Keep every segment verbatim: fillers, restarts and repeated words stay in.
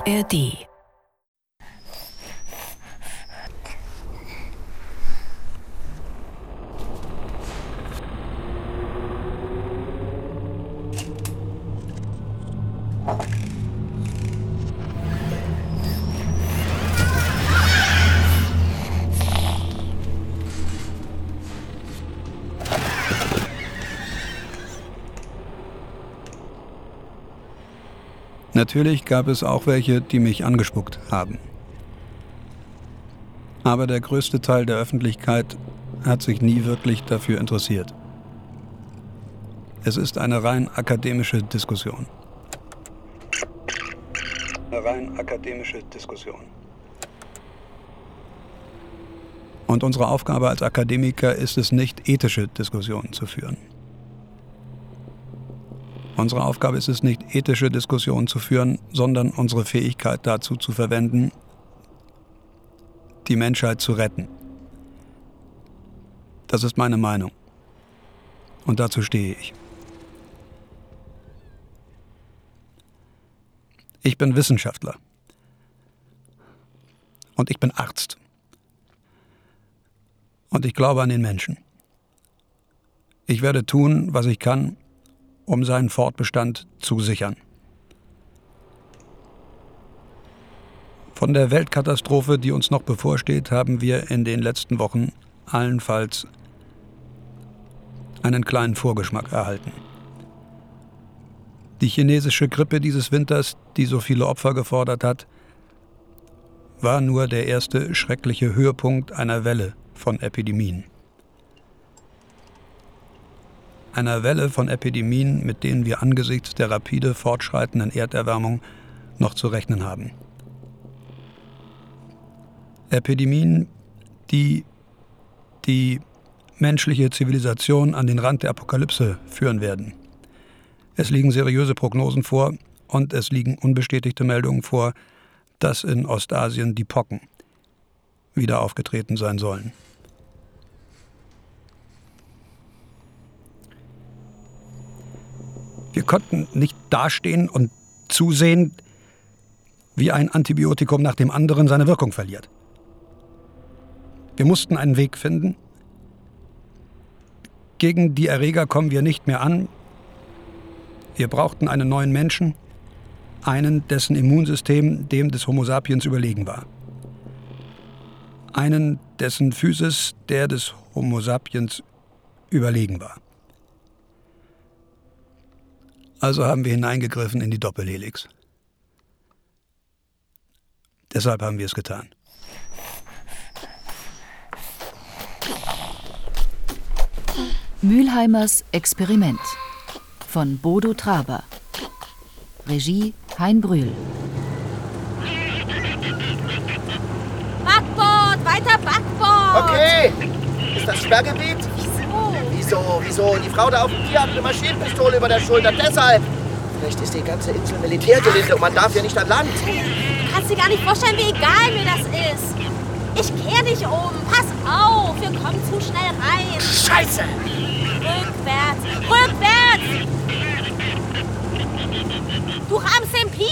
R D. Natürlich gab es auch welche, die mich angespuckt haben. Aber der größte Teil der Öffentlichkeit hat sich nie wirklich dafür interessiert. Es ist eine rein akademische Diskussion. Eine rein akademische Diskussion. Und unsere Aufgabe als Akademiker ist es nicht, ethische Diskussionen zu führen. Unsere Aufgabe ist es nicht, ethische Diskussionen zu führen, sondern unsere Fähigkeit dazu zu verwenden, die Menschheit zu retten. Das ist meine Meinung. Und dazu stehe ich. Ich bin Wissenschaftler. Und ich bin Arzt. Und ich glaube an den Menschen. Ich werde tun, was ich kann, um seinen Fortbestand zu sichern. Von der Weltkatastrophe, die uns noch bevorsteht, haben wir in den letzten Wochen allenfalls einen kleinen Vorgeschmack erhalten. Die chinesische Grippe dieses Winters, die so viele Opfer gefordert hat, war nur der erste schreckliche Höhepunkt einer Welle von Epidemien. Einer Welle von Epidemien, mit denen wir angesichts der rapide fortschreitenden Erderwärmung noch zu rechnen haben. Epidemien, die die menschliche Zivilisation an den Rand der Apokalypse führen werden. Es liegen seriöse Prognosen vor und es liegen unbestätigte Meldungen vor, dass in Ostasien die Pocken wieder aufgetreten sein sollen. Wir konnten nicht dastehen und zusehen, wie ein Antibiotikum nach dem anderen seine Wirkung verliert. Wir mussten einen Weg finden. Gegen die Erreger kommen wir nicht mehr an. Wir brauchten einen neuen Menschen, einen, dessen Immunsystem dem des Homo sapiens überlegen war. Einen, dessen Physis der des Homo sapiens überlegen war. Also haben wir hineingegriffen in die Doppelhelix. Deshalb haben wir es getan. Mülheimers Experiment von Bodo Traber. Regie Hein Brühl. Backbord! Weiter Backbord! Okay! Ist das Sperrgebiet? Wieso? Wieso, wieso? Die Frau da auf dem Pier hat eine Maschinenpistole über der Schulter, deshalb! Vielleicht ist die ganze Insel Militärgelände und man darf hier nicht an Land. Du kannst dir gar nicht vorstellen, wie egal mir das ist. Ich kehr dich um. Pass auf, wir kommen zu schnell rein. Scheiße! Rückwärts! Rückwärts! Du rahmst den Pier!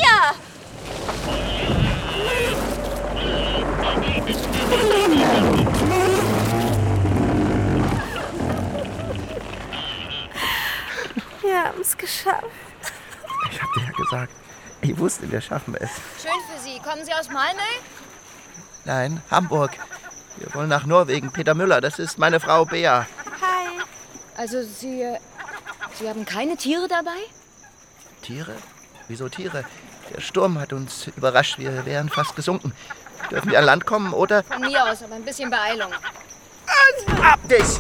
Wir haben es geschafft. Ich hab dir ja gesagt, ich wusste, wir schaffen es. Schön für Sie. Kommen Sie aus Malmö? Nein, Hamburg. Wir wollen nach Norwegen. Peter Müller, das ist meine Frau Bea. Hi. Also Sie, äh, Sie haben keine Tiere dabei? Tiere? Wieso Tiere? Der Sturm hat uns überrascht. Wir wären fast gesunken. Dürfen wir an Land kommen, oder? Von mir aus, aber ein bisschen Beeilung. Ab dich!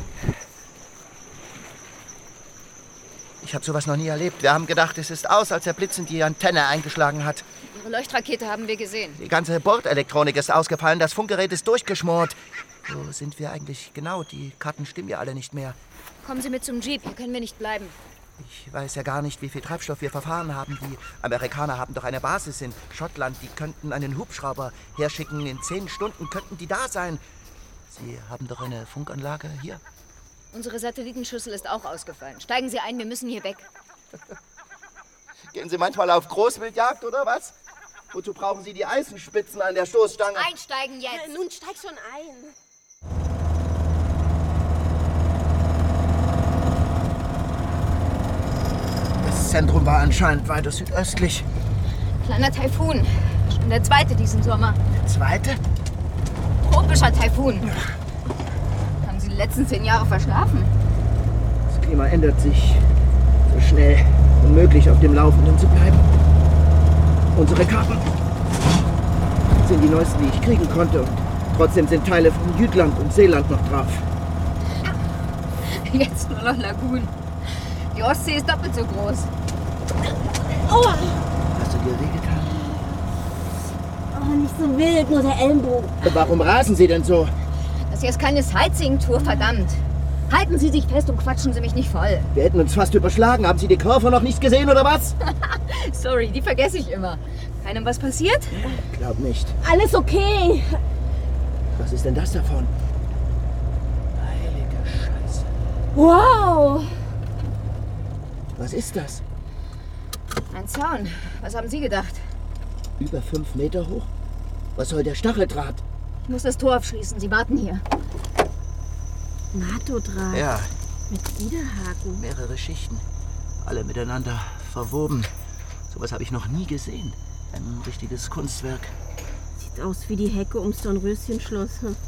Ich habe sowas noch nie erlebt. Wir haben gedacht, es ist aus, als der Blitz in die Antenne eingeschlagen hat. Ihre Leuchtrakete haben wir gesehen. Die ganze Bordelektronik ist ausgefallen, das Funkgerät ist durchgeschmort. Wo sind wir eigentlich genau? Die Karten stimmen ja alle nicht mehr. Kommen Sie mit zum Jeep, hier können wir nicht bleiben. Ich weiß ja gar nicht, wie viel Treibstoff wir verfahren haben. Die Amerikaner haben doch eine Basis in Schottland. Die könnten einen Hubschrauber herschicken. In zehn Stunden könnten die da sein. Sie haben doch eine Funkanlage hier? Unsere Satellitenschüssel ist auch ausgefallen. Steigen Sie ein, wir müssen hier weg. Gehen Sie manchmal auf Großwildjagd oder was? Wozu brauchen Sie die Eisenspitzen an der Stoßstange? Einsteigen jetzt! Nun steig schon ein. Das Zentrum war anscheinend weiter südöstlich. Kleiner Taifun. Schon der zweite diesen Sommer. Der zweite? Tropischer Taifun. Haben Sie die letzten zehn Jahre verschlafen? Das Klima ändert sich so schnell. Unmöglich, auf dem Laufenden zu bleiben. Unsere Karten sind die neuesten, die ich kriegen konnte. Und trotzdem sind Teile von Jütland und Seeland noch drauf. Jetzt nur noch Lagunen. Die Ostsee ist doppelt so groß. Aua! Hast du dir wehgetan? Oh, nicht so wild, nur der Ellenbogen. Warum rasen Sie denn so? Das hier ist keine Sightseeing-Tour, verdammt. Halten Sie sich fest und quatschen Sie mich nicht voll. Wir hätten uns fast überschlagen. Haben Sie die Körper noch nicht gesehen, oder was? Sorry, die vergesse ich immer. Keinem was passiert? Glaub nicht. Alles okay. Was ist denn das davon? Heilige Scheiße. Wow. Was ist das? Ein Zaun. Was haben Sie gedacht? Über fünf Meter hoch? Was soll der Stacheldraht? Ich muss das Tor aufschließen. Sie warten hier. NATO-Draht. Ja, Mit Widerhaken. mehrere Schichten. Alle miteinander verwoben. Sowas habe ich noch nie gesehen. Ein richtiges Kunstwerk. Sieht aus wie die Hecke ums Dornröschenschloss. Hm?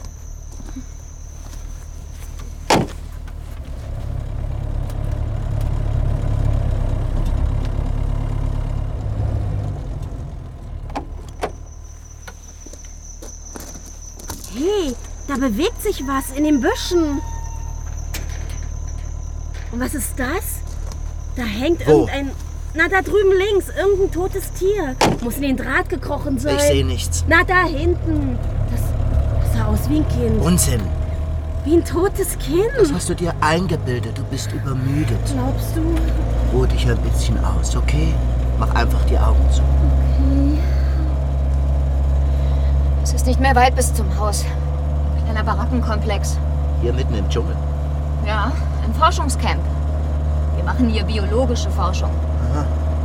Hey, da bewegt sich was in den Büschen. Und was ist das? Da hängt Wo? irgendein... Na, da drüben links. Irgendein totes Tier. Muss in den Draht gekrochen sein. Ich sehe nichts. Na, da hinten. Das, das sah aus wie ein Kind. Unsinn. Wie ein totes Kind. Das hast du dir eingebildet. Du bist übermüdet. Glaubst du? Ruh dich ein bisschen aus, okay? Mach einfach die Augen zu. Es ist nicht mehr weit bis zum Haus. Ein kleiner Barackenkomplex. Hier mitten im Dschungel. Ja, ein Forschungscamp. Wir machen hier biologische Forschung. Aha.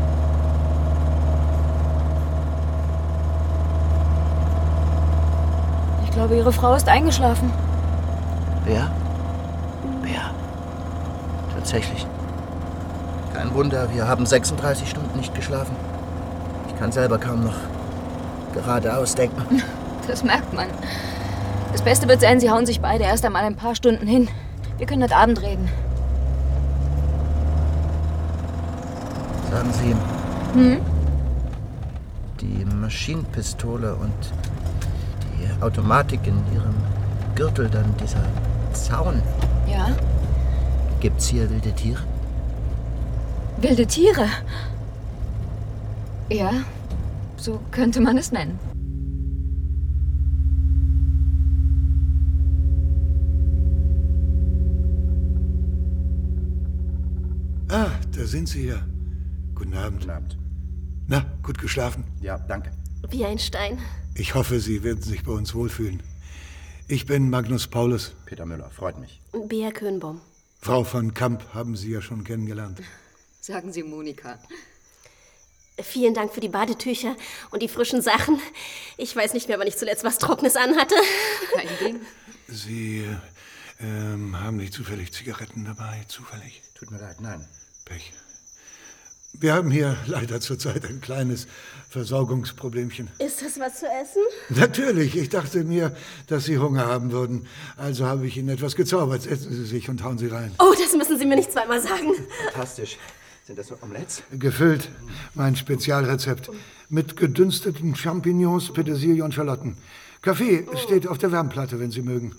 Ich glaube, Ihre Frau ist eingeschlafen. Wer? Wer? Tatsächlich. Kein Wunder, wir haben sechsunddreißig Stunden nicht geschlafen. Ich kann selber kaum noch geradeaus denken. Das merkt man. Das Beste wird sein, Sie hauen sich beide erst einmal ein paar Stunden hin. Wir können heute Abend reden. Sagen Sie, Hm? die Maschinenpistole und die Automatik in Ihrem Gürtel, dann dieser Zaun. Ja? Gibt's hier wilde Tiere? Wilde Tiere? Ja, so könnte man es nennen. Ah, da sind Sie ja. Guten Abend. Guten Abend. Na, gut geschlafen? Ja, danke. Wie ein Stein. Ich hoffe, Sie werden sich bei uns wohlfühlen. Ich bin Magnus Paulus. Peter Müller, freut mich. Bea Könbaum. Frau von Kamp haben Sie ja schon kennengelernt. Sagen Sie Monika. Vielen Dank für die Badetücher und die frischen Sachen. Ich weiß nicht mehr, wann ich zuletzt was Trockenes anhatte. Kein Ding. Sie ähm, haben nicht zufällig Zigaretten dabei? Zufällig? Tut mir leid, nein. Pech. Wir haben hier leider zurzeit ein kleines Versorgungsproblemchen. Ist das was zu essen? Natürlich, ich dachte mir, dass Sie Hunger haben würden. Also habe ich Ihnen etwas gezaubert. Setzen Sie sich und hauen Sie rein. Oh, das müssen Sie mir nicht zweimal sagen. Fantastisch. Sind das so Omelettes? Gefüllt, mein Spezialrezept. Mit gedünsteten Champignons, Petersilie und Schalotten. Kaffee steht auf der Wärmplatte, wenn Sie mögen.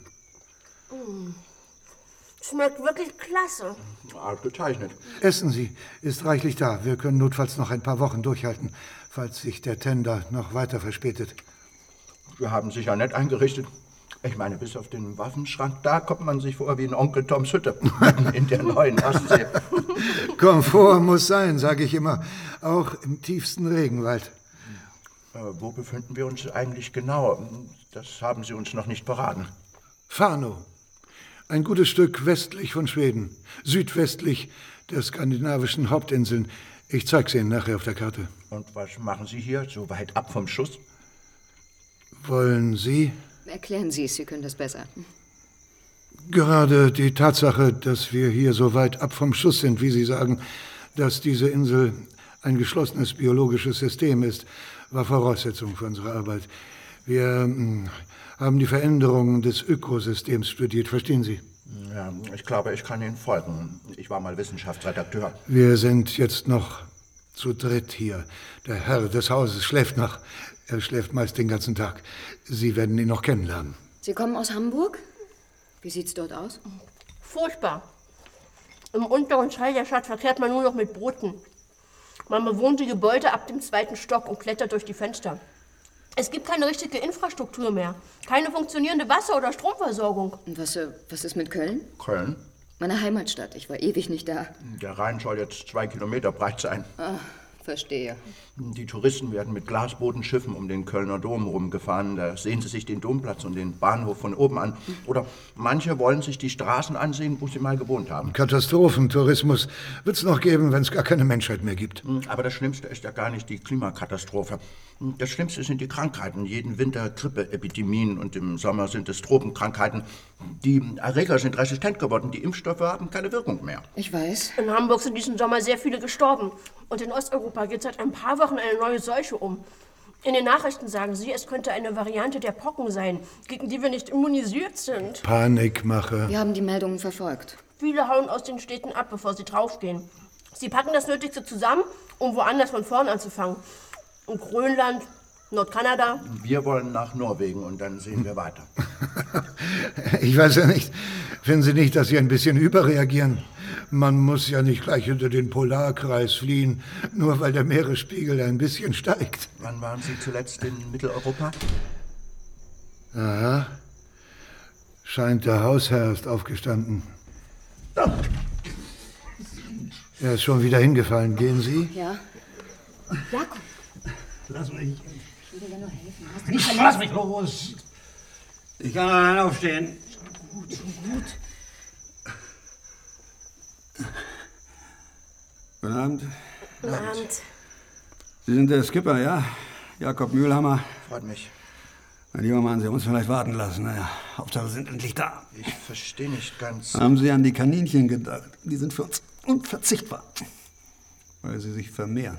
Schmeckt wirklich klasse. Ausgezeichnet. Essen Sie, ist reichlich da. Wir können notfalls noch ein paar Wochen durchhalten, falls sich der Tender noch weiter verspätet. Wir haben sich ja nett eingerichtet. Ich meine, bis auf den Waffenschrank, da kommt man sich vor wie in Onkel Toms Hütte. In der neuen Ostsee. Komfort muss sein, sage ich immer. Auch im tiefsten Regenwald. Äh, wo befinden wir uns eigentlich genau? Das haben Sie uns noch nicht verraten. Fano. Ein gutes Stück westlich von Schweden. Südwestlich der skandinavischen Hauptinseln. Ich zeig's Ihnen nachher auf der Karte. Und was machen Sie hier, so weit ab vom Schuss? Wollen Sie? Erklären Sie es, Sie können das besser. Gerade die Tatsache, dass wir hier so weit ab vom Schuss sind, wie Sie sagen, dass diese Insel ein geschlossenes biologisches System ist, war Voraussetzung für unsere Arbeit. Wir hm, haben die Veränderungen des Ökosystems studiert, verstehen Sie? Ja, ich glaube, ich kann Ihnen folgen. Ich war mal Wissenschaftsredakteur. Wir sind jetzt noch zu dritt hier. Der Herr des Hauses schläft noch. Er schläft meist den ganzen Tag. Sie werden ihn noch kennenlernen. Sie kommen aus Hamburg? Wie sieht's dort aus? Furchtbar. Im unteren Teil der Stadt verkehrt man nur noch mit Booten. Man bewohnt die Gebäude ab dem zweiten Stock und klettert durch die Fenster. Es gibt keine richtige Infrastruktur mehr. Keine funktionierende Wasser- oder Stromversorgung. Und was, äh, was ist mit Köln? Köln? Meine Heimatstadt. Ich war ewig nicht da. Der Rhein soll jetzt zwei Kilometer breit sein. Ah, verstehe. Die Touristen werden mit Glasbootenschiffen um den Kölner Dom rumgefahren. Da sehen sie sich den Domplatz und den Bahnhof von oben an. Oder manche wollen sich die Straßen ansehen, wo sie mal gewohnt haben. Katastrophentourismus wird es noch geben, wenn es gar keine Menschheit mehr gibt. Aber das Schlimmste ist ja gar nicht die Klimakatastrophe. Das Schlimmste sind die Krankheiten. Jeden Winter Grippeepidemien und im Sommer sind es Tropenkrankheiten. Die Erreger sind resistent geworden. Die Impfstoffe haben keine Wirkung mehr. Ich weiß. In Hamburg sind diesen Sommer sehr viele gestorben. Und in Osteuropa geht seit ein paar Wochen eine neue Seuche um. In den Nachrichten sagen sie, es könnte eine Variante der Pocken sein, gegen die wir nicht immunisiert sind. Panikmache. Wir haben die Meldungen verfolgt. Viele hauen aus den Städten ab, bevor sie draufgehen. Sie packen das Nötigste zusammen, um woanders von vorn anzufangen. In Grönland, Nordkanada. Wir wollen nach Norwegen und dann sehen wir weiter. Ich weiß ja nicht. Finden Sie nicht, dass Sie ein bisschen überreagieren? Man muss ja nicht gleich hinter den Polarkreis fliehen, nur weil der Meeresspiegel ein bisschen steigt. Wann waren Sie zuletzt in Mitteleuropa? Aha. Scheint, der Hausherr ist aufgestanden. Er ist schon wieder hingefallen. Gehen Sie? Ja. Jakob. Lass mich. Ich will dir nur helfen. Hast du nicht verletzt? Lass mich los. Ich kann allein aufstehen. Schon gut, schon gut. Guten Abend. Guten Abend. Sie sind der Skipper, ja? Jakob Mühlhammer. Freut mich. Mein lieber Mann, Sie haben uns vielleicht warten lassen. Naja, Hauptsache, Sie sind endlich da. Ich verstehe nicht ganz. Haben Sie an die Kaninchen gedacht? Die sind für uns unverzichtbar. Weil sie sich vermehren.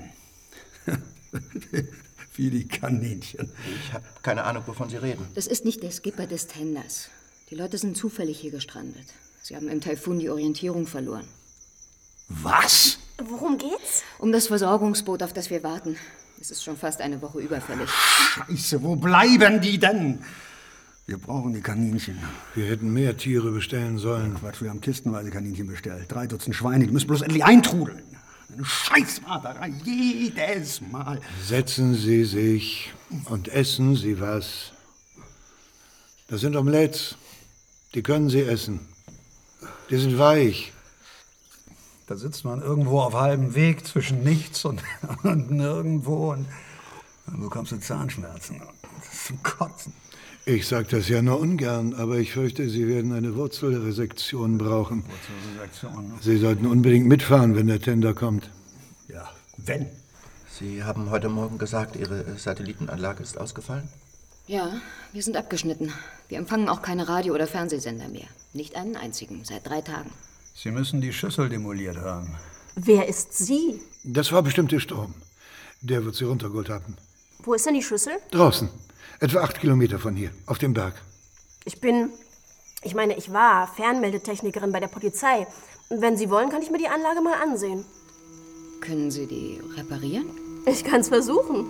Wie die Kaninchen. Ich habe keine Ahnung, wovon Sie reden. Das ist nicht der Skipper des Tenders. Die Leute sind zufällig hier gestrandet. Sie haben im Taifun die Orientierung verloren. Was? Worum geht's? Um das Versorgungsboot, auf das wir warten. Es ist schon fast eine Woche überfällig. Scheiße, wo bleiben die denn? Wir brauchen die Kaninchen. Wir hätten mehr Tiere bestellen sollen. Quatsch, wir haben kistenweise Kaninchen bestellt. Drei Dutzend Schweine, die müssen bloß endlich eintrudeln. Eine Scheißwarterei, jedes Mal. Setzen Sie sich und essen Sie was. Das sind Omelettes. Die können Sie essen. Die sind weich. Da sitzt man irgendwo auf halbem Weg zwischen nichts und, und nirgendwo und dann bekommst du Zahnschmerzen. Das ist zum Kotzen. Ich sage das ja nur ungern, aber ich fürchte, Sie werden eine Wurzelresektion brauchen. Wurzelresektion, ne? Sie sollten unbedingt mitfahren, wenn der Tender kommt. Ja, wenn. Sie haben heute Morgen gesagt, Ihre Satellitenanlage ist ausgefallen? Ja, wir sind abgeschnitten. Wir empfangen auch keine Radio- oder Fernsehsender mehr. Nicht einen einzigen, seit drei Tagen. Sie müssen die Schüssel demoliert haben. Wer ist sie? Das war bestimmt der Sturm. Der wird Sie runtergeholt haben. Wo ist denn die Schüssel? Draußen. Etwa acht Kilometer von hier, auf dem Berg. Ich bin, ich meine, ich war Fernmeldetechnikerin bei der Polizei. Wenn Sie wollen, kann ich mir die Anlage mal ansehen. Können Sie die reparieren? Ich kann es versuchen.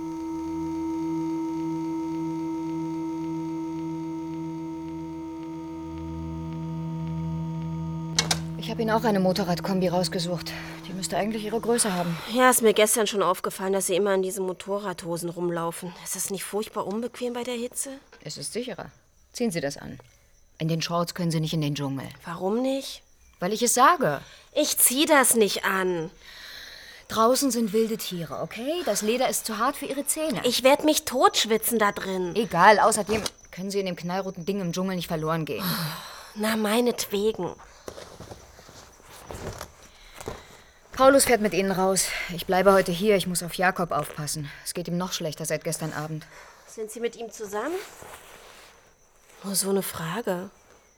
Ich habe Ihnen auch eine Motorradkombi rausgesucht. Die müsste eigentlich Ihre Größe haben. Ja, ist mir gestern schon aufgefallen, dass Sie immer in diesen Motorradhosen rumlaufen. Ist das nicht furchtbar unbequem bei der Hitze? Es ist sicherer. Ziehen Sie das an. In den Shorts können Sie nicht in den Dschungel. Warum nicht? Weil ich es sage. Ich zieh das nicht an. Draußen sind wilde Tiere, okay? Das Leder ist zu hart für Ihre Zähne. Ich werd mich totschwitzen da drin. Egal, außerdem können Sie in dem knallroten Ding im Dschungel nicht verloren gehen. Na, meinetwegen. Paulus fährt mit Ihnen raus. Ich bleibe heute hier. Ich muss auf Jakob aufpassen. Es geht ihm noch schlechter seit gestern Abend. Sind Sie mit ihm zusammen? Nur so eine Frage.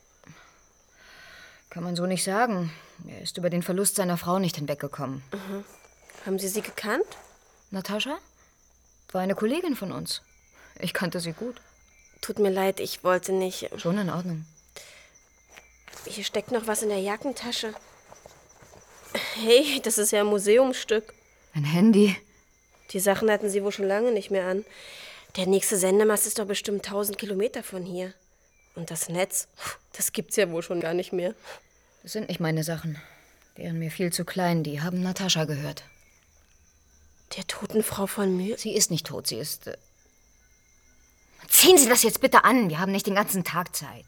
Kann man so nicht sagen. Er ist über den Verlust seiner Frau nicht hinweggekommen. Mhm. Haben Sie sie gekannt? Natascha? War eine Kollegin von uns. Ich kannte sie gut. Tut mir leid, ich wollte nicht... Schon in Ordnung. Hier steckt noch was in der Jackentasche. Hey, das ist ja ein Museumsstück. Ein Handy? Die Sachen hatten Sie wohl schon lange nicht mehr an. Der nächste Sendemast ist doch bestimmt tausend Kilometer von hier. Und das Netz, das gibt's ja wohl schon gar nicht mehr. Das sind nicht meine Sachen. Die wären mir viel zu klein. Die haben Natascha gehört. Der toten Frau von Mühl? Sie ist nicht tot, sie ist... Äh Ziehen Sie das jetzt bitte an. Wir haben nicht den ganzen Tag Zeit.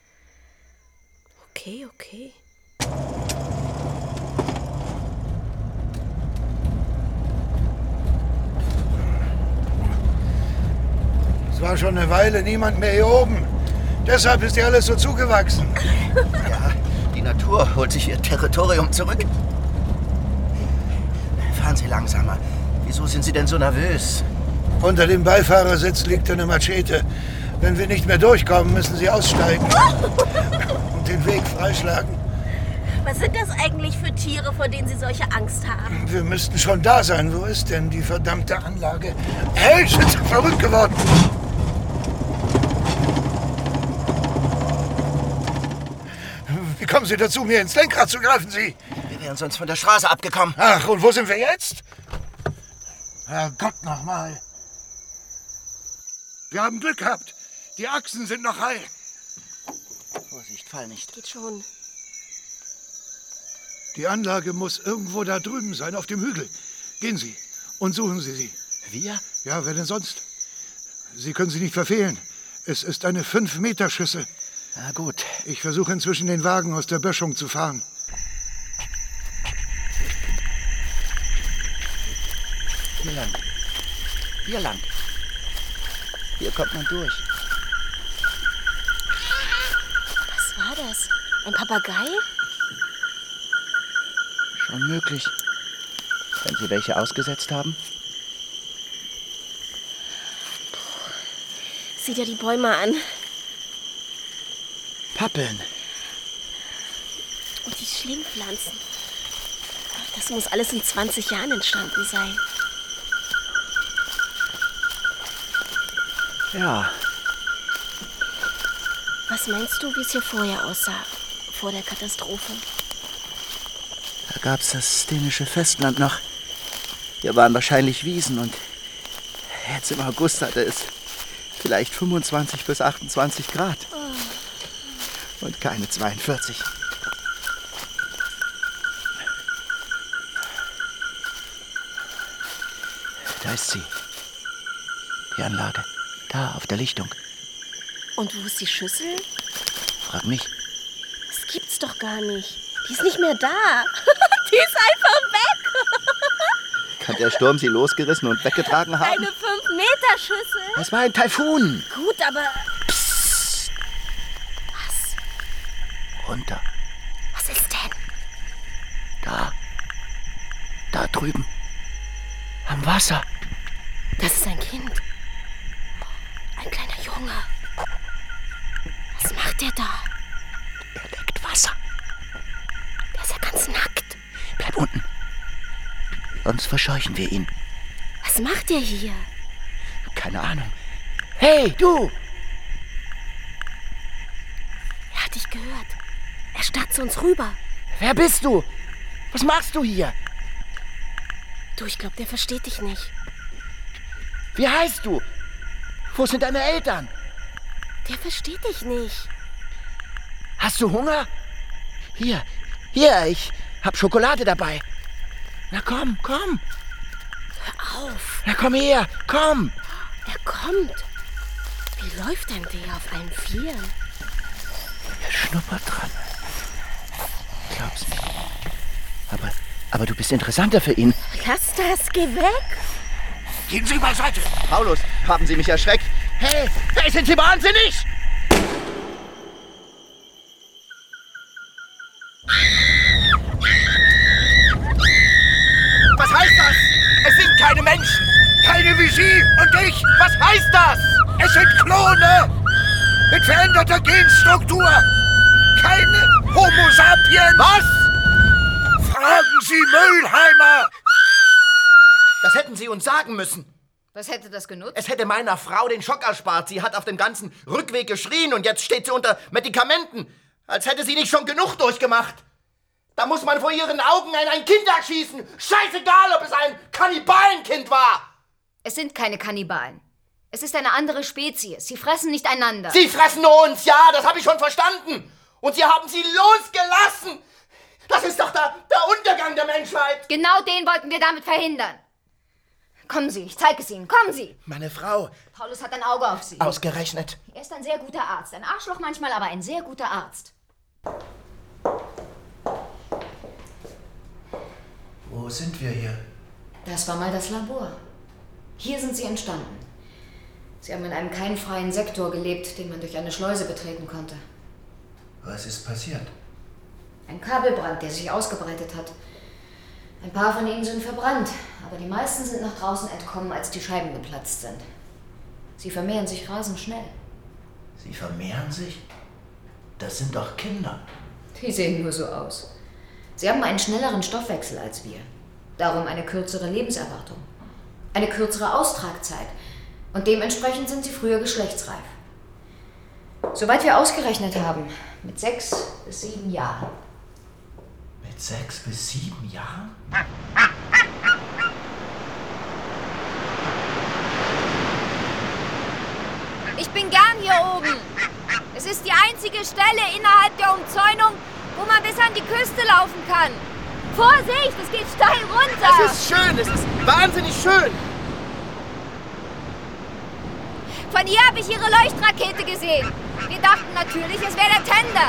Okay, okay. Es war schon eine Weile niemand mehr hier oben. Deshalb ist hier alles so zugewachsen. Ja, die Natur holt sich ihr Territorium zurück. Fahren Sie langsamer. Wieso sind Sie denn so nervös? Unter dem Beifahrersitz liegt eine Machete. Wenn wir nicht mehr durchkommen, müssen Sie aussteigen und den Weg freischlagen. Was sind das eigentlich für Tiere, vor denen Sie solche Angst haben? Wir müssten schon da sein. Wo ist denn die verdammte Anlage? Hey, sind Sie verrückt geworden? Wie kommen Sie dazu, mir ins Lenkrad zu greifen, Sie? Wir wären sonst von der Straße abgekommen. Ach, und wo sind wir jetzt? Herrgott nochmal. Wir haben Glück gehabt. Die Achsen sind noch heil. Vorsicht, fall nicht. Geht schon. Die Anlage muss irgendwo da drüben sein, auf dem Hügel. Gehen Sie und suchen Sie sie. Wir? Ja, wer denn sonst? Sie können sie nicht verfehlen. Es ist eine fünf-Meter-Schüssel. Na gut. Ich versuche inzwischen den Wagen aus der Böschung zu fahren. Hier lang. Hier lang. Hier kommt man durch. Was war das? Ein Papagei? Schon möglich. Wenn Sie welche ausgesetzt haben? Sieh dir die Bäume an. Pappeln. Und die Schlingpflanzen. Das muss alles in zwanzig Jahren entstanden sein. Ja. Was meinst du, wie es hier vorher aussah? Vor der Katastrophe? Da gab's das dänische Festland noch. Hier waren wahrscheinlich Wiesen und jetzt im August hatte es vielleicht fünfundzwanzig bis achtundzwanzig Grad. Oh. Und keine zweiundvierzig. Da ist sie. Die Anlage. Da, auf der Lichtung. Und wo ist die Schüssel? Frag mich. Das gibt's doch gar nicht. Die ist nicht mehr da. Die ist einfach weg. Kann der Sturm sie losgerissen und weggetragen haben? Eine fünf-Meter-Schüssel? Das war ein Taifun. Gut, aber... Psst. Was? Runter. Was ist denn? Da. Da drüben. Am Wasser. Das ist ein Kind. Ein kleiner Junge. Was macht der da? Er leckt Wasser. Der ist ja ganz nackt. Bleib unten. Sonst verscheuchen wir ihn. Was macht der hier? Keine Ahnung. Hey, du! Er hat dich gehört. Er starrt zu uns rüber. Wer bist du? Was machst du hier? Du, ich glaube, der versteht dich nicht. Wie heißt du? Wo sind deine Eltern? Der versteht dich nicht. Hast du Hunger? Hier, hier, ich hab Schokolade dabei. Na komm, komm. Hör auf. Na komm her, komm. Er kommt. Wie läuft denn der auf allen Vieren? Er schnuppert dran. Glaub's nicht. Aber, aber du bist interessanter für ihn. Lass das, geh weg. Gehen Sie beiseite! Paulus, haben Sie mich erschreckt? Hey, hey, sind Sie wahnsinnig? mich! Was heißt das? Es sind Klone! Mit veränderter Genstruktur! Keine Homo sapiens! Was? Fragen Sie Mühlheimer! Das hätten Sie uns sagen müssen. Was hätte das genutzt? Es hätte meiner Frau den Schock erspart. Sie hat auf dem ganzen Rückweg geschrien und jetzt steht sie unter Medikamenten. Als hätte sie nicht schon genug durchgemacht. Da muss man vor ihren Augen ein, ein Kind erschießen. Scheißegal, ob es ein Kannibalenkind war. Es sind keine Kannibalen. Es ist eine andere Spezies. Sie fressen nicht einander. Sie fressen uns, ja, das habe ich schon verstanden. Und Sie haben sie losgelassen. Das ist doch der, der Untergang der Menschheit. Genau den wollten wir damit verhindern. Kommen Sie, ich zeige es Ihnen. Kommen Sie. Meine Frau. Paulus hat ein Auge auf Sie. Ausgerechnet. Er ist ein sehr guter Arzt. Ein Arschloch manchmal, aber ein sehr guter Arzt. Wo sind wir hier? Das war mal das Labor. Hier sind Sie entstanden. Sie haben in einem keimfreien Sektor gelebt, den man durch eine Schleuse betreten konnte. Was ist passiert? Ein Kabelbrand, der sich ausgebreitet hat. Ein paar von ihnen sind verbrannt, aber die meisten sind nach draußen entkommen, als die Scheiben geplatzt sind. Sie vermehren sich rasend schnell. Sie vermehren sich? Das sind doch Kinder. Die sehen nur so aus. Sie haben einen schnelleren Stoffwechsel als wir. Darum eine kürzere Lebenserwartung. Eine kürzere Austragzeit. Und dementsprechend sind sie früher geschlechtsreif. Soweit wir ausgerechnet haben, mit sechs bis sieben Jahren. Mit sechs bis sieben Jahren? Ich bin gern hier oben. Es ist die einzige Stelle innerhalb der Umzäunung, wo man bis an die Küste laufen kann. Vorsicht, es geht steil runter. Es ist schön, es ist wahnsinnig schön. Von hier habe ich Ihre Leuchtrakete gesehen. Wir dachten natürlich, es wäre der Tender.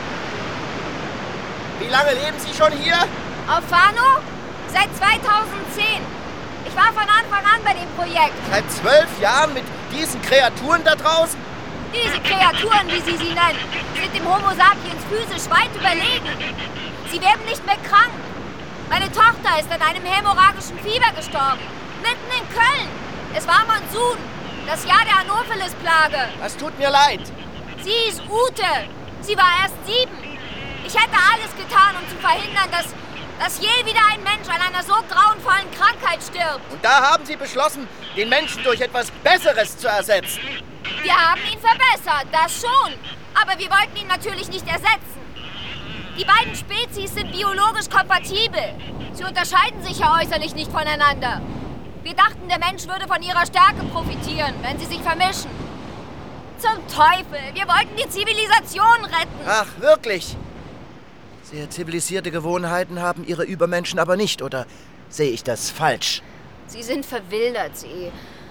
Wie lange leben Sie schon hier? Auf Fano? Seit zweitausendzehn. Ich war von Anfang an bei dem Projekt. Seit zwölf Jahren mit diesen Kreaturen da draußen? Diese Kreaturen, wie Sie sie nennen, sind dem Homo sapiens physisch weit überlegen. Sie werden nicht mehr krank. Meine Tochter ist an einem hämorrhagischen Fieber gestorben. Mitten in Köln. Es war Monsun. Das Jahr der Anopheles-Plage. Das tut mir leid. Sie ist Ute. Sie war erst sieben. Ich hätte alles getan, um zu verhindern, dass, dass je wieder ein Mensch an einer so grauenvollen Krankheit stirbt. Und da haben Sie beschlossen, den Menschen durch etwas Besseres zu ersetzen. Wir haben ihn verbessert, das schon. Aber wir wollten ihn natürlich nicht ersetzen. Die beiden Spezies sind biologisch kompatibel. Sie unterscheiden sich ja äußerlich nicht voneinander. Wir dachten, der Mensch würde von ihrer Stärke profitieren, wenn sie sich vermischen. Zum Teufel, wir wollten die Zivilisation retten. Ach, wirklich? Sehr zivilisierte Gewohnheiten haben Ihre Übermenschen aber nicht, oder sehe ich das falsch? Sie sind verwildert, Sie...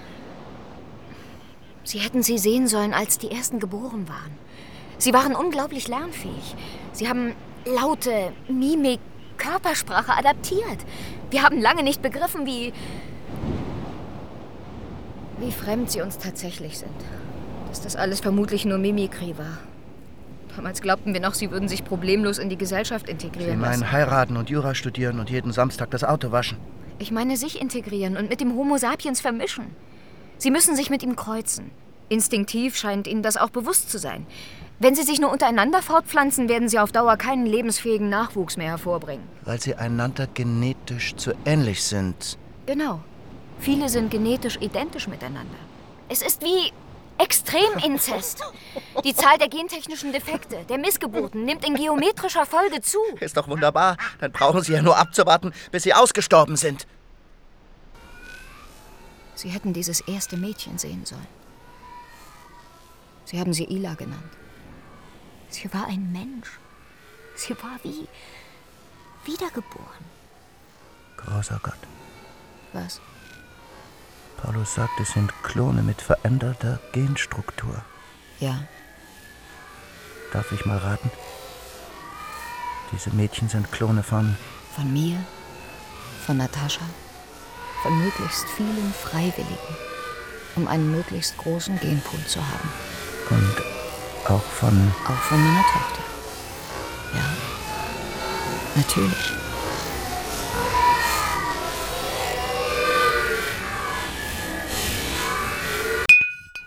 Sie hätten sie sehen sollen, als die Ersten geboren waren. Sie waren unglaublich lernfähig. Sie haben Laute, Mimik, Körpersprache adaptiert. Wir haben lange nicht begriffen, wie... wie fremd sie uns tatsächlich sind. Dass das alles vermutlich nur Mimikry war. Damals glaubten wir noch, sie würden sich problemlos in die Gesellschaft integrieren Sie meinen lassen. heiraten und Jura studieren und jeden Samstag das Auto waschen? Ich meine sich integrieren und mit dem Homo sapiens vermischen. Sie müssen sich mit ihm kreuzen. Instinktiv scheint ihnen das auch bewusst zu sein. Wenn sie sich nur untereinander fortpflanzen, werden sie auf Dauer keinen lebensfähigen Nachwuchs mehr hervorbringen. Weil sie einander genetisch zu ähnlich sind. Genau. Viele sind genetisch identisch miteinander. Es ist wie Extreminzest. Die Zahl der gentechnischen Defekte, der Missgeburten, nimmt in geometrischer Folge zu. Ist doch wunderbar. Dann brauchen Sie ja nur abzuwarten, bis sie ausgestorben sind. Sie hätten dieses erste Mädchen sehen sollen. Sie haben sie Ila genannt. Sie war ein Mensch. Sie war wie wiedergeboren. Großer Gott. Was? Paulus sagt, es sind Klone mit veränderter Genstruktur. Ja. Darf ich mal raten? Diese Mädchen sind Klone von... Von mir, von Natascha, von möglichst vielen Freiwilligen, um einen möglichst großen Genpool zu haben. Und auch von... Auch von meiner Tochter. Ja, natürlich.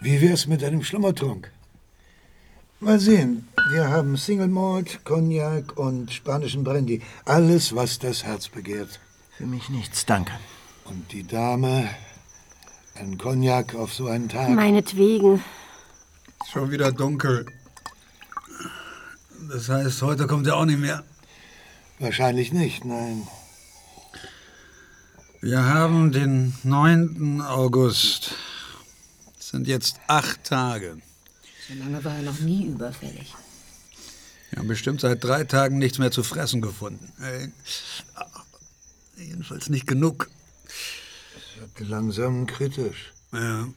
Wie wär's mit einem Schlummertrunk? Mal sehen, wir haben Single Malt, Cognac und spanischen Brandy. Alles, was das Herz begehrt. Für mich nichts, danke. Und die Dame, ein Cognac auf so einen Tag. Meinetwegen. Schon wieder dunkel. Das heißt, heute kommt er auch nicht mehr. Wahrscheinlich nicht, nein. Wir haben den neunten August. Das sind jetzt acht Tage. So lange war er noch nie überfällig. Wir haben bestimmt seit drei Tagen nichts mehr zu fressen gefunden. Äh, jedenfalls nicht genug. Es wird langsam kritisch. Ja.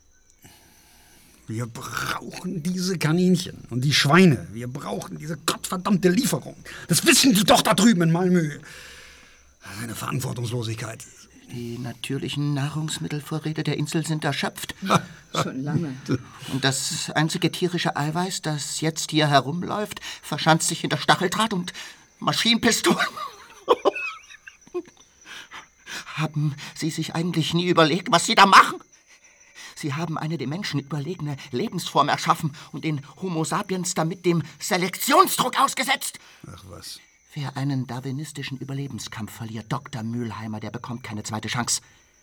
Wir brauchen diese Kaninchen und die Schweine. Wir brauchen diese gottverdammte Lieferung. Das wissen die doch da drüben in Malmö. Eine Verantwortungslosigkeit. Die natürlichen Nahrungsmittelvorräte der Insel sind erschöpft. Schon lange. Und das einzige tierische Eiweiß, das jetzt hier herumläuft, verschanzt sich hinter Stacheldraht und Maschinenpistolen. Haben Sie sich eigentlich nie überlegt, was Sie da machen? Sie haben eine dem Menschen überlegene Lebensform erschaffen und den Homo sapiens damit dem Selektionsdruck ausgesetzt. Ach was. Wer einen darwinistischen Überlebenskampf verliert, Doktor Mülheimer, der bekommt keine zweite Chance.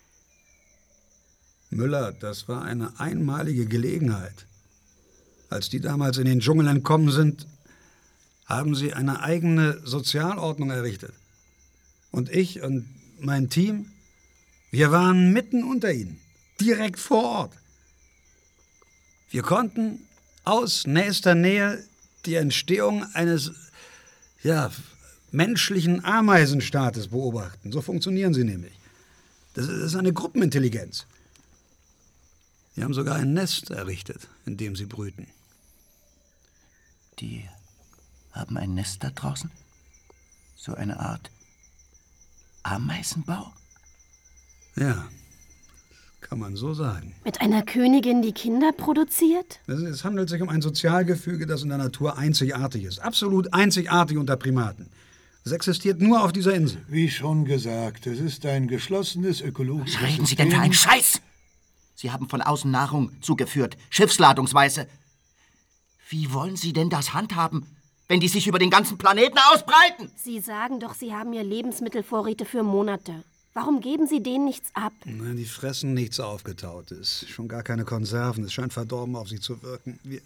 Müller, das war eine einmalige Gelegenheit. Als die damals in den Dschungel entkommen sind, haben sie eine eigene Sozialordnung errichtet. Und ich und mein Team, wir waren mitten unter ihnen, direkt vor Ort. Wir konnten aus nächster Nähe die Entstehung eines, ja, menschlichen Ameisenstaates beobachten. So funktionieren sie nämlich. Das ist eine Gruppenintelligenz. Sie haben sogar ein Nest errichtet, in dem sie brüten. Die haben ein Nest da draußen? So eine Art Ameisenbau? Ja, kann man so sagen. Mit einer Königin, die Kinder produziert? Es handelt sich um ein Sozialgefüge, das in der Natur einzigartig ist. Absolut einzigartig unter Primaten. Es existiert nur auf dieser Insel. Wie schon gesagt, es ist ein geschlossenes ökologisches Was reden Sie System. denn für einen Scheiß? Sie haben von außen Nahrung zugeführt, schiffsladungsweise. Wie wollen Sie denn das handhaben, wenn die sich über den ganzen Planeten ausbreiten? Sie sagen doch, Sie haben ja Lebensmittelvorräte für Monate. Warum geben Sie denen nichts ab? Nein, die fressen nichts Aufgetautes. Schon gar keine Konserven. Es scheint verdorben auf sie zu wirken. Wir,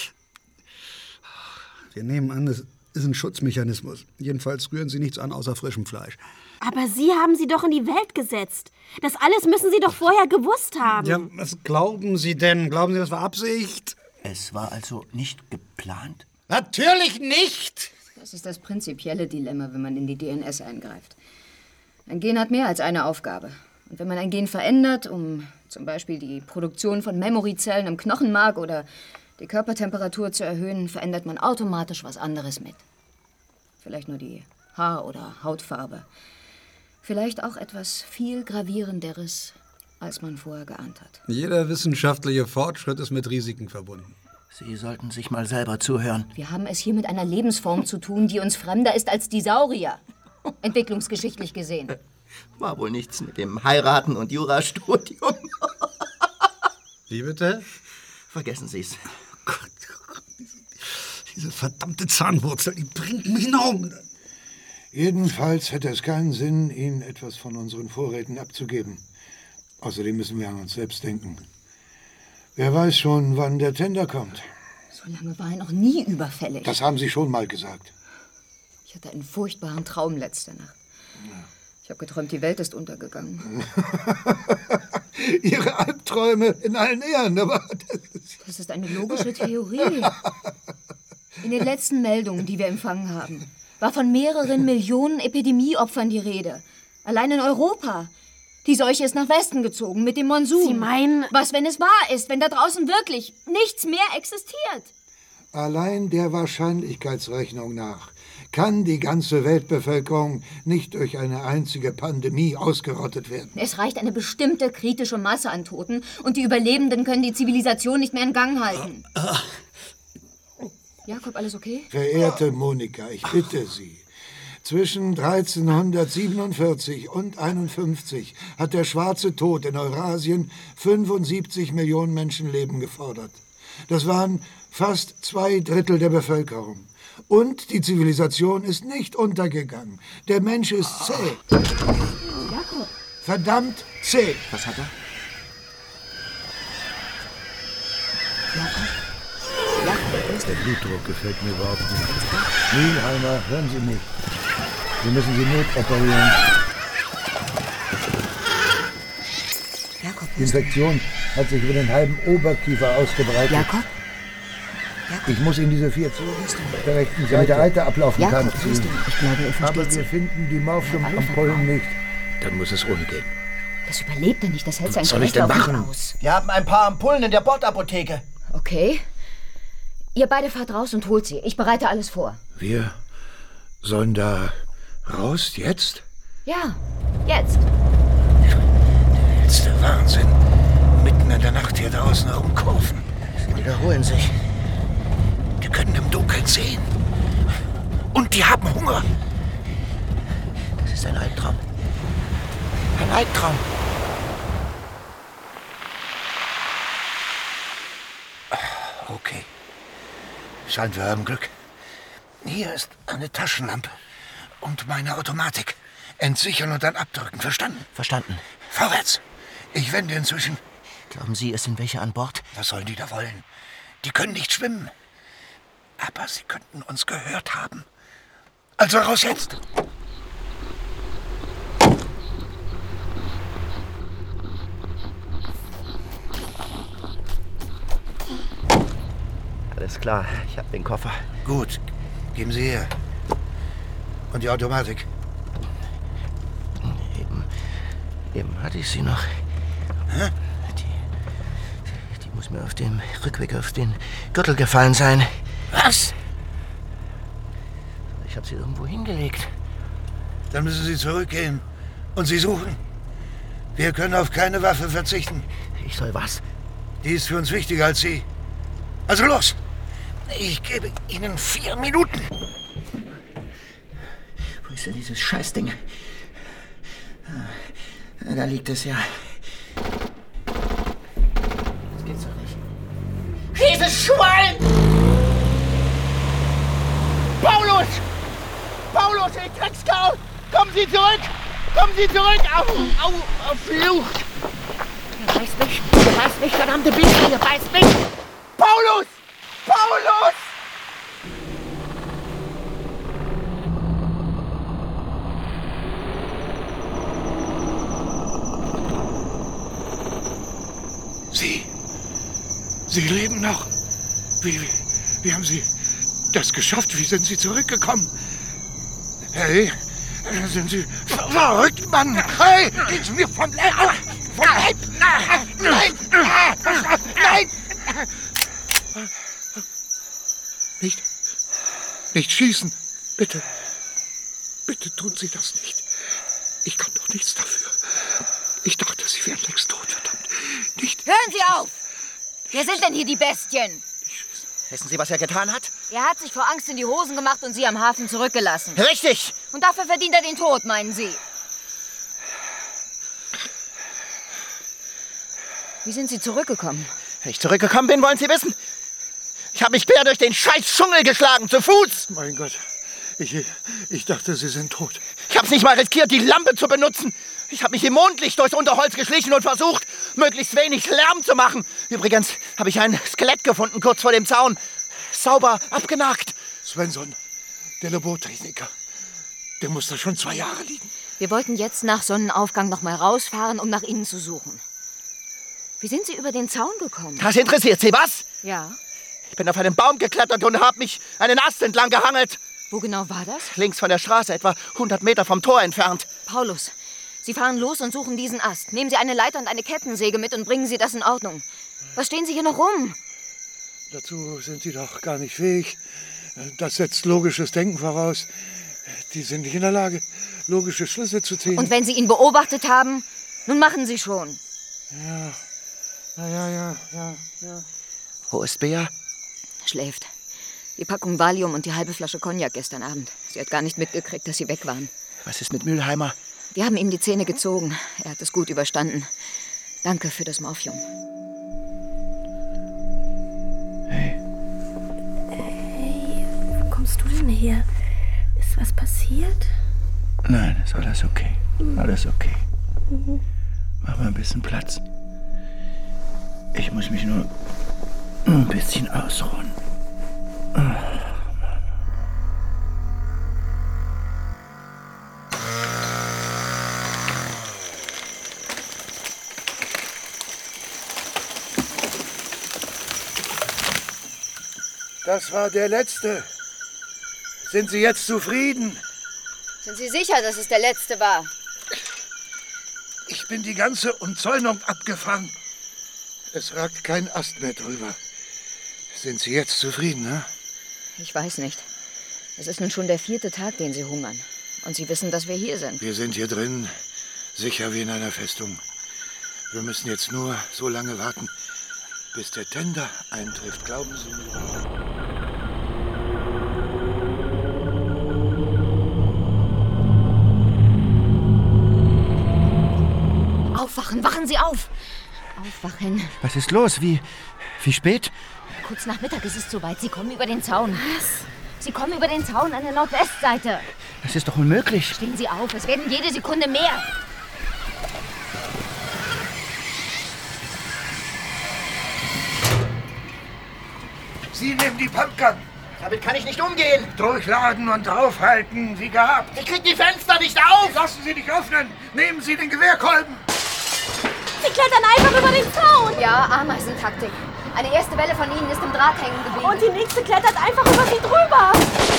wir nehmen an, es ist ein Schutzmechanismus. Jedenfalls rühren sie nichts an außer frischem Fleisch. Aber Sie haben sie doch in die Welt gesetzt. Das alles müssen Sie doch vorher gewusst haben. Ja, was glauben Sie denn? Glauben Sie, das war Absicht? Es war also nicht geplant? Natürlich nicht! Das ist das prinzipielle Dilemma, wenn man in die D N S eingreift. Ein Gen hat mehr als eine Aufgabe. Und wenn man ein Gen verändert, um zum Beispiel die Produktion von Memoryzellen im Knochenmark oder die Körpertemperatur zu erhöhen, verändert man automatisch was anderes mit. Vielleicht nur die Haar- oder Hautfarbe. Vielleicht auch etwas viel Gravierenderes, als man vorher geahnt hat. Jeder wissenschaftliche Fortschritt ist mit Risiken verbunden. Sie sollten sich mal selber zuhören. Wir haben es hier mit einer Lebensform zu tun, die uns fremder ist als die Saurier. Entwicklungsgeschichtlich gesehen. War wohl nichts mit dem Heiraten und Jurastudium. Wie bitte? Vergessen Sie es. Oh Gott, oh Gott, diese, diese verdammte Zahnwurzel, die bringt mich noch um. Jedenfalls hätte es keinen Sinn, Ihnen etwas von unseren Vorräten abzugeben. Außerdem müssen wir an uns selbst denken. Wer weiß schon, wann der Tender kommt. So lange war er noch nie überfällig. Das haben Sie schon mal gesagt. Ich hatte einen furchtbaren Traum letzte Nacht. Ich habe geträumt, die Welt ist untergegangen. Ihre Albträume in allen Ehren, aber... Das ist, das ist eine logische Theorie. In den letzten Meldungen, die wir empfangen haben, war von mehreren Millionen Epidemieopfern die Rede. Allein in Europa. Die Seuche ist nach Westen gezogen mit dem Monsun. Sie meinen... Was, wenn es wahr ist, wenn da draußen wirklich nichts mehr existiert? Allein der Wahrscheinlichkeitsrechnung nach kann die ganze Weltbevölkerung nicht durch eine einzige Pandemie ausgerottet werden. Es reicht eine bestimmte kritische Masse an Toten und die Überlebenden können die Zivilisation nicht mehr in Gang halten. Jakob, alles okay? Verehrte Monika, ich bitte Sie. Zwischen dreizehnhundertsiebenundvierzig und einundfünfzig hat der schwarze Tod in Eurasien fünfundsiebzig Millionen Menschenleben gefordert. Das waren fast zwei Drittel der Bevölkerung. Und die Zivilisation ist nicht untergegangen. Der Mensch ist zäh. Verdammt zäh. Was hat er? Der Blutdruck gefällt mir überhaupt nicht. Nielheimer, hören Sie mich. Wir müssen Sie notoperieren. Jakob, die Infektion hat sich über den halben Oberkiefer ausgebreitet. Jakob? Jakob? Ich muss Ihnen diese vier Zungen auf der rechten Seite Eiter ablaufen kann. Jakob, ziehen. Ich glaube, er versteht Aber wir finden die Morphium-Ampullen nicht. Dann muss es ohne gehen. Das überlebt er nicht, das hält sein Was soll ich denn Kreislauf machen? nicht aus. Wir haben ein paar Ampullen in der Bordapotheke. Okay. Ihr beide fahrt raus und holt sie. Ich bereite alles vor. Wir sollen da raus jetzt? Ja, jetzt. Der letzte Wahnsinn. Mitten in der Nacht hier draußen herumkurven. Sie wiederholen sich. Die können im Dunkeln sehen. Und die haben Hunger. Das ist ein Albtraum. Ein Albtraum. Okay. Scheint, wir haben Glück. Hier ist eine Taschenlampe und meine Automatik. Entsichern und dann abdrücken. Verstanden? Verstanden. Vorwärts. Ich wende inzwischen. Glauben Sie, es sind welche an Bord? Was sollen die da wollen? Die können nicht schwimmen. Aber sie könnten uns gehört haben. Also raus jetzt. Alles klar, ich habe den Koffer. Gut, geben Sie her. Und die Automatik? Eben, eben hatte ich sie noch. Hä? Die, die, die muss mir auf dem Rückweg auf den Gürtel gefallen sein. Was? Ich habe sie irgendwo hingelegt. Dann müssen Sie zurückgehen und sie suchen. Wir können auf keine Waffe verzichten. Ich soll was? Die ist für uns wichtiger als Sie. Also los! Ich gebe Ihnen vier Minuten. Wo ist denn dieses Scheißding? Ah, da liegt es ja. Das geht's doch nicht. Dieses Schwein! Paulus! Paulus, ihr Dreckskau! Kommen Sie zurück! Kommen Sie zurück! Au, au, auf Flucht! Ihr beißt mich! Ihr beißt mich, verdammte Biester! Ihr beißt mich! Paulus! Paulus! Sie. Sie leben noch. Wie, wie, wie haben Sie das geschafft? Wie sind Sie zurückgekommen? Hey, sind Sie verrückt, Mann? Hey, gehen Sie mir vom Leib! Vom Leib! Nein! Nein! Nein! Nicht, nicht schießen, bitte. Bitte tun Sie das nicht. Ich kann doch nichts dafür. Ich dachte, Sie wären längst tot, verdammt. Nicht. Hören Sie auf! Wer sind denn hier die Bestien? Wissen Sie, was er getan hat? Er hat sich vor Angst in die Hosen gemacht und Sie am Hafen zurückgelassen. Richtig! Und dafür verdient er den Tod, meinen Sie? Wie sind Sie zurückgekommen? Wenn ich zurückgekommen bin, wollen Sie wissen? Ich habe mich quer durch den scheiß Dschungel geschlagen, zu Fuß! Mein Gott, ich, ich dachte, Sie sind tot. Ich habe es nicht mal riskiert, die Lampe zu benutzen. Ich habe mich im Mondlicht durchs Unterholz geschlichen und versucht, möglichst wenig Lärm zu machen. Übrigens habe ich ein Skelett gefunden, kurz vor dem Zaun. Sauber abgenagt. Svensson, der Labortechniker. Der muss da schon zwei Jahre liegen. Wir wollten jetzt nach Sonnenaufgang noch mal rausfahren, um nach Ihnen zu suchen. Wie sind Sie über den Zaun gekommen? Das interessiert Sie, was? Ja. Ich bin auf einen Baum geklettert und habe mich einen Ast entlang gehangelt. Wo genau war das? Links von der Straße, etwa hundert Meter vom Tor entfernt. Paulus, Sie fahren los und suchen diesen Ast. Nehmen Sie eine Leiter und eine Kettensäge mit und bringen Sie das in Ordnung. Was stehen Sie hier noch rum? Dazu sind Sie doch gar nicht fähig. Das setzt logisches Denken voraus. Die sind nicht in der Lage, logische Schlüsse zu ziehen. Und wenn Sie ihn beobachtet haben, nun machen Sie schon. Ja, ja, ja, ja, ja. Wo ist Bea? Schläft. Die Packung Valium und die halbe Flasche Cognac gestern Abend. Sie hat gar nicht mitgekriegt, dass sie weg waren. Was ist mit Mülheimer? Wir haben ihm die Zähne gezogen. Er hat es gut überstanden. Danke für das Morphium. Hey. Hey, wo kommst du denn her? Ist was passiert? Nein, ist alles okay. Alles okay. Mhm. Mach mal ein bisschen Platz. Ich muss mich nur ein bisschen ausruhen. Das war der letzte. Sind Sie jetzt zufrieden? Sind Sie sicher, dass es der letzte war? Ich bin die ganze Umzäunung abgefangen. Es ragt kein Ast mehr drüber. Sind Sie jetzt zufrieden, ne? Ich weiß nicht. Es ist nun schon der vierte Tag, den Sie hungern. Und Sie wissen, dass wir hier sind. Wir sind hier drin, sicher wie in einer Festung. Wir müssen jetzt nur so lange warten, bis der Tender eintrifft. Glauben Sie mir? Aufwachen, wachen Sie auf! Aufwachen. Was ist los? Wie, wie spät? Kurz nach Mittag ist es soweit. Sie kommen über den Zaun. Was? Sie kommen über den Zaun an der Nordwestseite. Das ist doch unmöglich. Stehen Sie auf, es werden jede Sekunde mehr. Sie nehmen die Pumpgun. Damit kann ich nicht umgehen. Durchladen und draufhalten, wie gehabt. Ich krieg die Fenster nicht auf. Lassen Sie nicht öffnen. Nehmen Sie den Gewehrkolben. Sie klettern einfach über den Zaun. Ja, Ameisentaktik. Eine erste Welle von ihnen ist im Draht hängen geblieben. Und die nächste klettert einfach über sie drüber.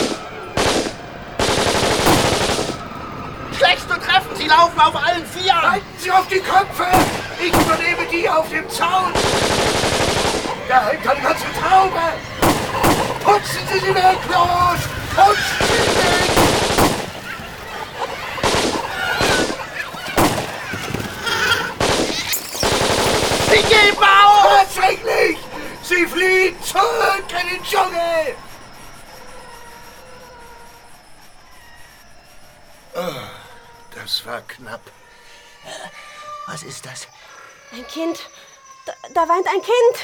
Schlecht zu treffen. Sie laufen auf allen Vieren. Halten Sie auf die Köpfe. Ich übernehme die auf dem Zaun. Da hängt eine ganze Traube. Putzen Sie sie weg, los. Putzen Sie weg. Sie geben auf. Tatsächlich. Sie fliehen zurück in den Dschungel. Oh, das war knapp. Was ist das? Ein Kind. Da, da weint ein Kind.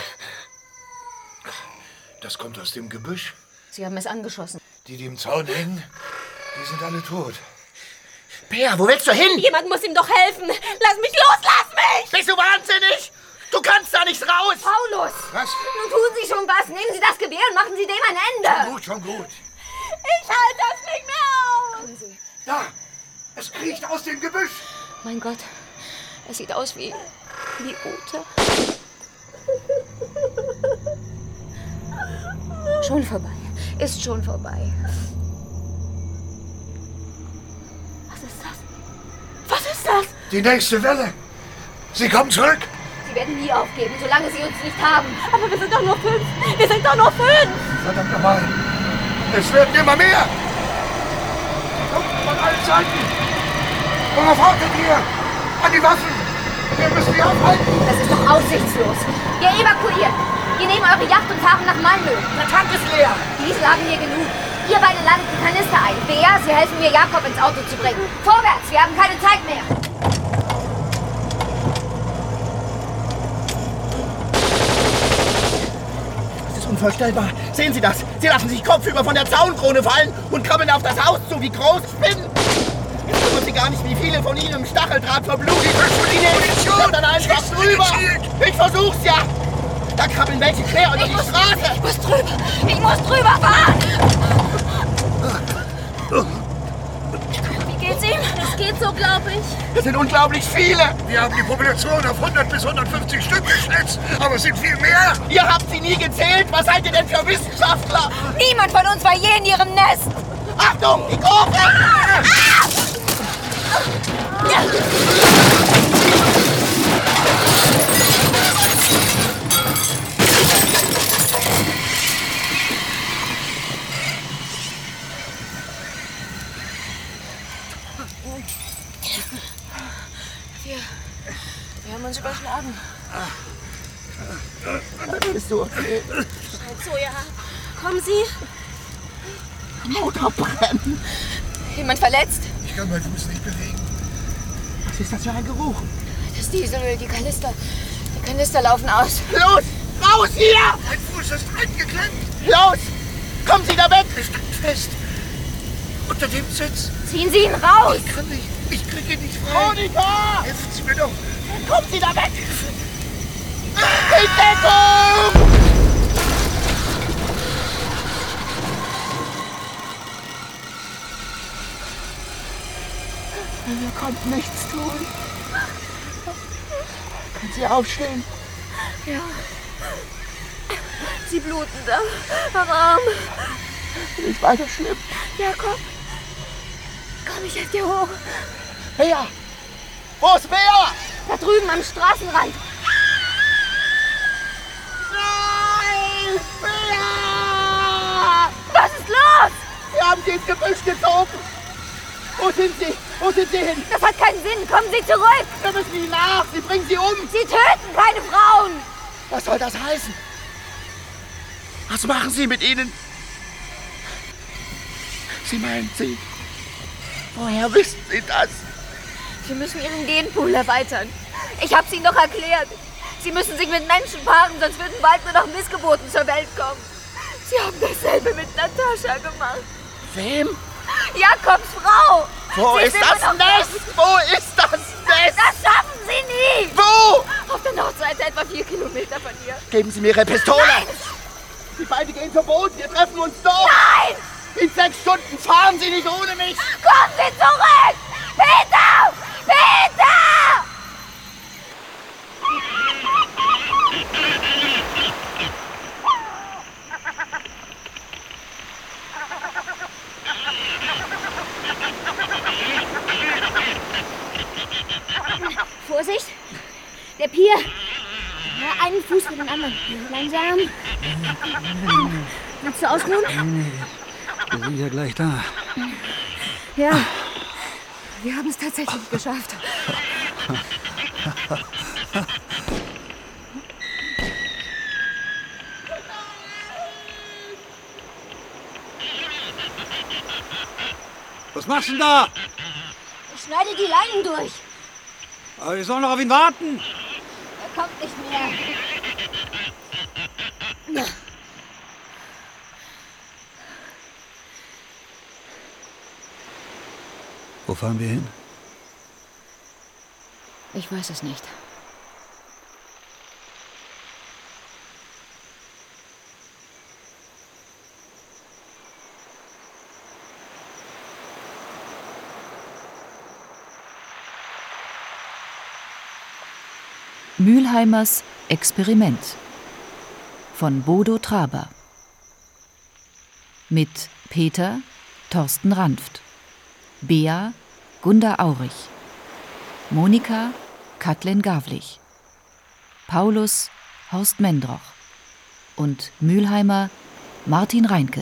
Das kommt aus dem Gebüsch. Sie haben es angeschossen. Die, die im Zaun hängen, die sind alle tot. Bea, wo willst du hin? Jemand muss ihm doch helfen. Lass mich los, lass mich! Bist du wahnsinnig? Du kannst da nicht raus. Paulus! Was? Nun tun Sie schon was. Nehmen Sie das Gewehr und machen Sie dem ein Ende. Gut, schon gut. Ich halte das nicht mehr aus. Kommen Sie. Da, es kriecht aus dem Gebüsch. Mein Gott, es sieht aus wie, wie Ute. Schon vorbei. Ist schon vorbei. Was ist das? Was ist das? Die nächste Welle. Sie kommen zurück. Sie werden nie aufgeben, solange Sie uns nicht haben. Aber wir sind doch nur fünf. Wir sind doch nur fünf. Verdammt nochmal. Es werden immer mehr. Sie kommen von allen Seiten. Worauf wartet ihr? An die Waffen. Wir müssen sie aufhalten. Das ist doch aussichtslos. Wir evakuieren. Wir nehmen eure Yacht und fahren nach Malmö. Der Tank ist leer. Diesel haben wir genug. Ihr beide ladet die Kanister ein. Bea, Sie helfen mir, Jakob ins Auto zu bringen. Vorwärts, wir haben keine Zeit mehr. Das ist unvorstellbar. Sehen Sie das? Sie lassen sich kopfüber von der Zaunkrone fallen und krabbeln auf das Haus zu wie Großspinnen. Jetzt wissen Sie gar nicht, wie viele von Ihnen im Stacheldraht verblutet. Die nehmen dann einfach drüber. Ich versuch's ja. Da krabbeln welche quer unter die Straße. Ich muss drüber. Ich muss drüber fahren. Wie geht's ihm? Es geht so, glaube ich. Es sind unglaublich viele. Wir haben die Population auf hundert bis hundertfünfzig Stück geschätzt, aber es sind viel mehr. Ihr habt sie nie gezählt. Was seid ihr denn für Wissenschaftler? Niemand von uns war je in ihrem Nest. Achtung, die Kurve! Ah! Wir, wir haben uns überschlagen. Bist du okay? Scheint so, ja. Kommen Sie. Motorbrennen. Jemand verletzt? Ich kann meinen Fuß nicht bewegen. Was ist das für ein Geruch? Das Dieselöl, die Kanister. Die Kanister laufen aus. Los! Raus hier! Mein Fuß ist eingeklemmt. Los! Kommen Sie da weg! Er steckt fest. Unter dem Sitz. Ziehen Sie ihn raus! Ich kann nicht. Ich kriege ihn nicht frei. Monika! Helfen Sie mir doch. Kommen Sie da weg! In Deckung! Er konnte nichts tun. Können Sie aufstehen? Ja. Sie bluten da am Arm. Nicht weiter schlimm. Ja, komm. Komm, ich helfe dir hoch. Wer? Wo ist wer? Da drüben am Straßenrand. Nein! Wer? Was ist los? Wir haben sie ins Gebüsch gezogen. Wo sind sie? Wo sind sie hin? Das hat keinen Sinn. Kommen Sie zurück. Wir müssen ihnen nach. Sie bringen sie um. Sie töten keine Frauen. Was soll das heißen? Was machen Sie mit ihnen? Sie meinen sie? Woher wissen Sie das? Wir müssen Ihren Genpool erweitern. Ich hab's Ihnen doch erklärt. Sie müssen sich mit Menschen paaren, sonst würden bald nur noch Missgeburten zur Welt kommen. Sie haben dasselbe mit Natascha gemacht. Wem? Jakobs Frau. Wo Sie ist das Nest? Wo ist das Nest? Das schaffen Sie nie. Wo? Auf der Nordseite etwa vier Kilometer von hier. Geben Sie mir Ihre Pistole. Nein. Die beiden gehen verboten. Wir treffen uns dort. Nein. In sechs Stunden fahren Sie nicht ohne mich. Kommen Sie zurück. Peter! Peter! Vorsicht! Der Pier! Ja, einen Fuß für den anderen. Langsam. Willst du ausruhen? Wir sind ja gleich da. Ja. Wir haben es tatsächlich geschafft. Was machst du denn da? Ich schneide die Leinen durch. Aber wir sollen noch auf ihn warten. Er kommt nicht mehr. Ja. Wo fahren wir hin? Ich weiß es nicht. Mülheimers Experiment von Bodo Traber mit Peter Thorsten Ranft, Bea Gunda Aurich, Monika Kathleen Gavlich, Paulus Horst Mendroch und Mülheimer Martin Reinke.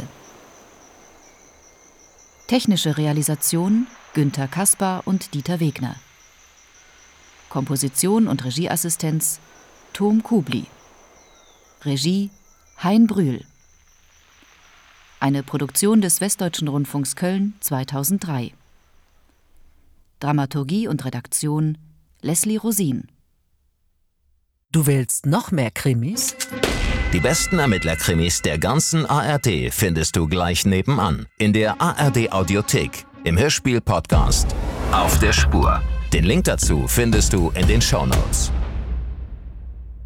Technische Realisation Günther Kaspar und Dieter Wegner. Komposition und Regieassistenz Tom Kubli. Regie Hein Brühl. Eine Produktion des Westdeutschen Rundfunks Köln zweitausenddrei. Dramaturgie und Redaktion Leslie Rosin. Du willst noch mehr Krimis? Die besten Ermittlerkrimis der ganzen A R D findest du gleich nebenan in der A R D Audiothek, im Hörspiel-Podcast Auf der Spur. Den Link dazu findest du in den Shownotes.